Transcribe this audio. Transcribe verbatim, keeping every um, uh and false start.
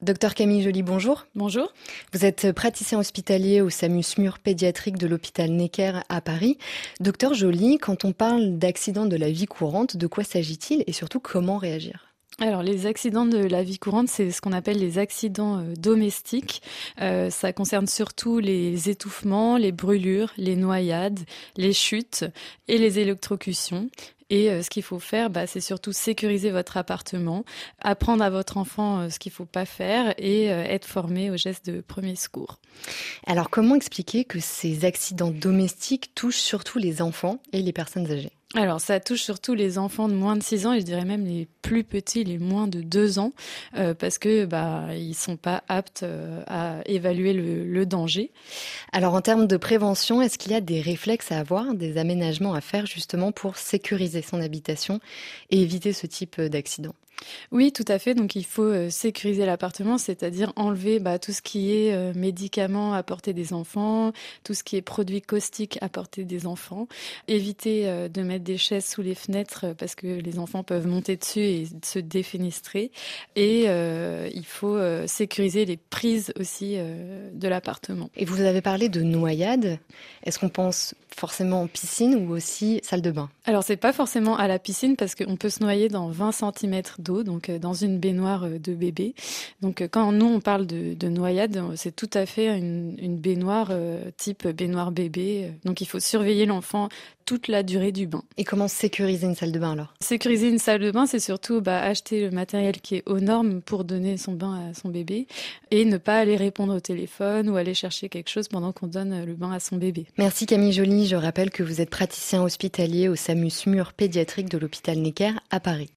Docteur Camille Joly, bonjour. Bonjour. Vous êtes praticien hospitalier au SAMU S M U R pédiatrique de l'hôpital Necker à Paris. Docteur Joly, quand on parle d'accidents de la vie courante, de quoi s'agit-il et surtout comment réagir ? Alors, les accidents de la vie courante, c'est ce qu'on appelle les accidents euh, domestiques. Euh, ça concerne surtout les étouffements, les brûlures, les noyades, les chutes et les électrocutions. Et euh, ce qu'il faut faire, bah, c'est surtout sécuriser votre appartement, apprendre à votre enfant euh, ce qu'il ne faut pas faire et euh, être formé aux gestes de premier secours. Alors, comment expliquer que ces accidents domestiques touchent surtout les enfants et les personnes âgées ? Alors, ça touche surtout les enfants de moins de six ans et je dirais même les plus petits, les moins de deux ans, euh, parce que bah ils sont pas aptes euh, à évaluer le, le danger. Alors, en termes de prévention, est-ce qu'il y a des réflexes à avoir, des aménagements à faire justement pour sécuriser son habitation et éviter ce type d'accident ? Oui, tout à fait. Donc, il faut euh, sécuriser l'appartement, c'est-à-dire enlever bah, tout ce qui est euh, médicaments à portée des enfants, tout ce qui est produits caustiques à portée des enfants. Éviter euh, de mettre des chaises sous les fenêtres euh, parce que les enfants peuvent monter dessus et se défenestrer. Et euh, il faut euh, sécuriser les prises aussi euh, de l'appartement. Et vous avez parlé de noyade. Est-ce qu'on pense forcément en piscine ou aussi salle de bain ? Alors, c'est pas forcément à la piscine parce qu'on peut se noyer dans vingt centimètres d'eau, donc dans une baignoire de bébé. Donc, quand nous, on parle de, de noyade, c'est tout à fait une, une baignoire euh, type baignoire bébé. Donc, il faut surveiller l'enfant toute la durée du bain. Et comment sécuriser une salle de bain alors ? Sécuriser une salle de bain, c'est surtout bah, acheter le matériel qui est aux normes pour donner son bain à son bébé et ne pas aller répondre au téléphone ou aller chercher quelque chose pendant qu'on donne le bain à son bébé. Merci Camille Joly. Je rappelle que vous êtes praticien hospitalier au SAMU S M U R pédiatrique de l'hôpital Necker à Paris.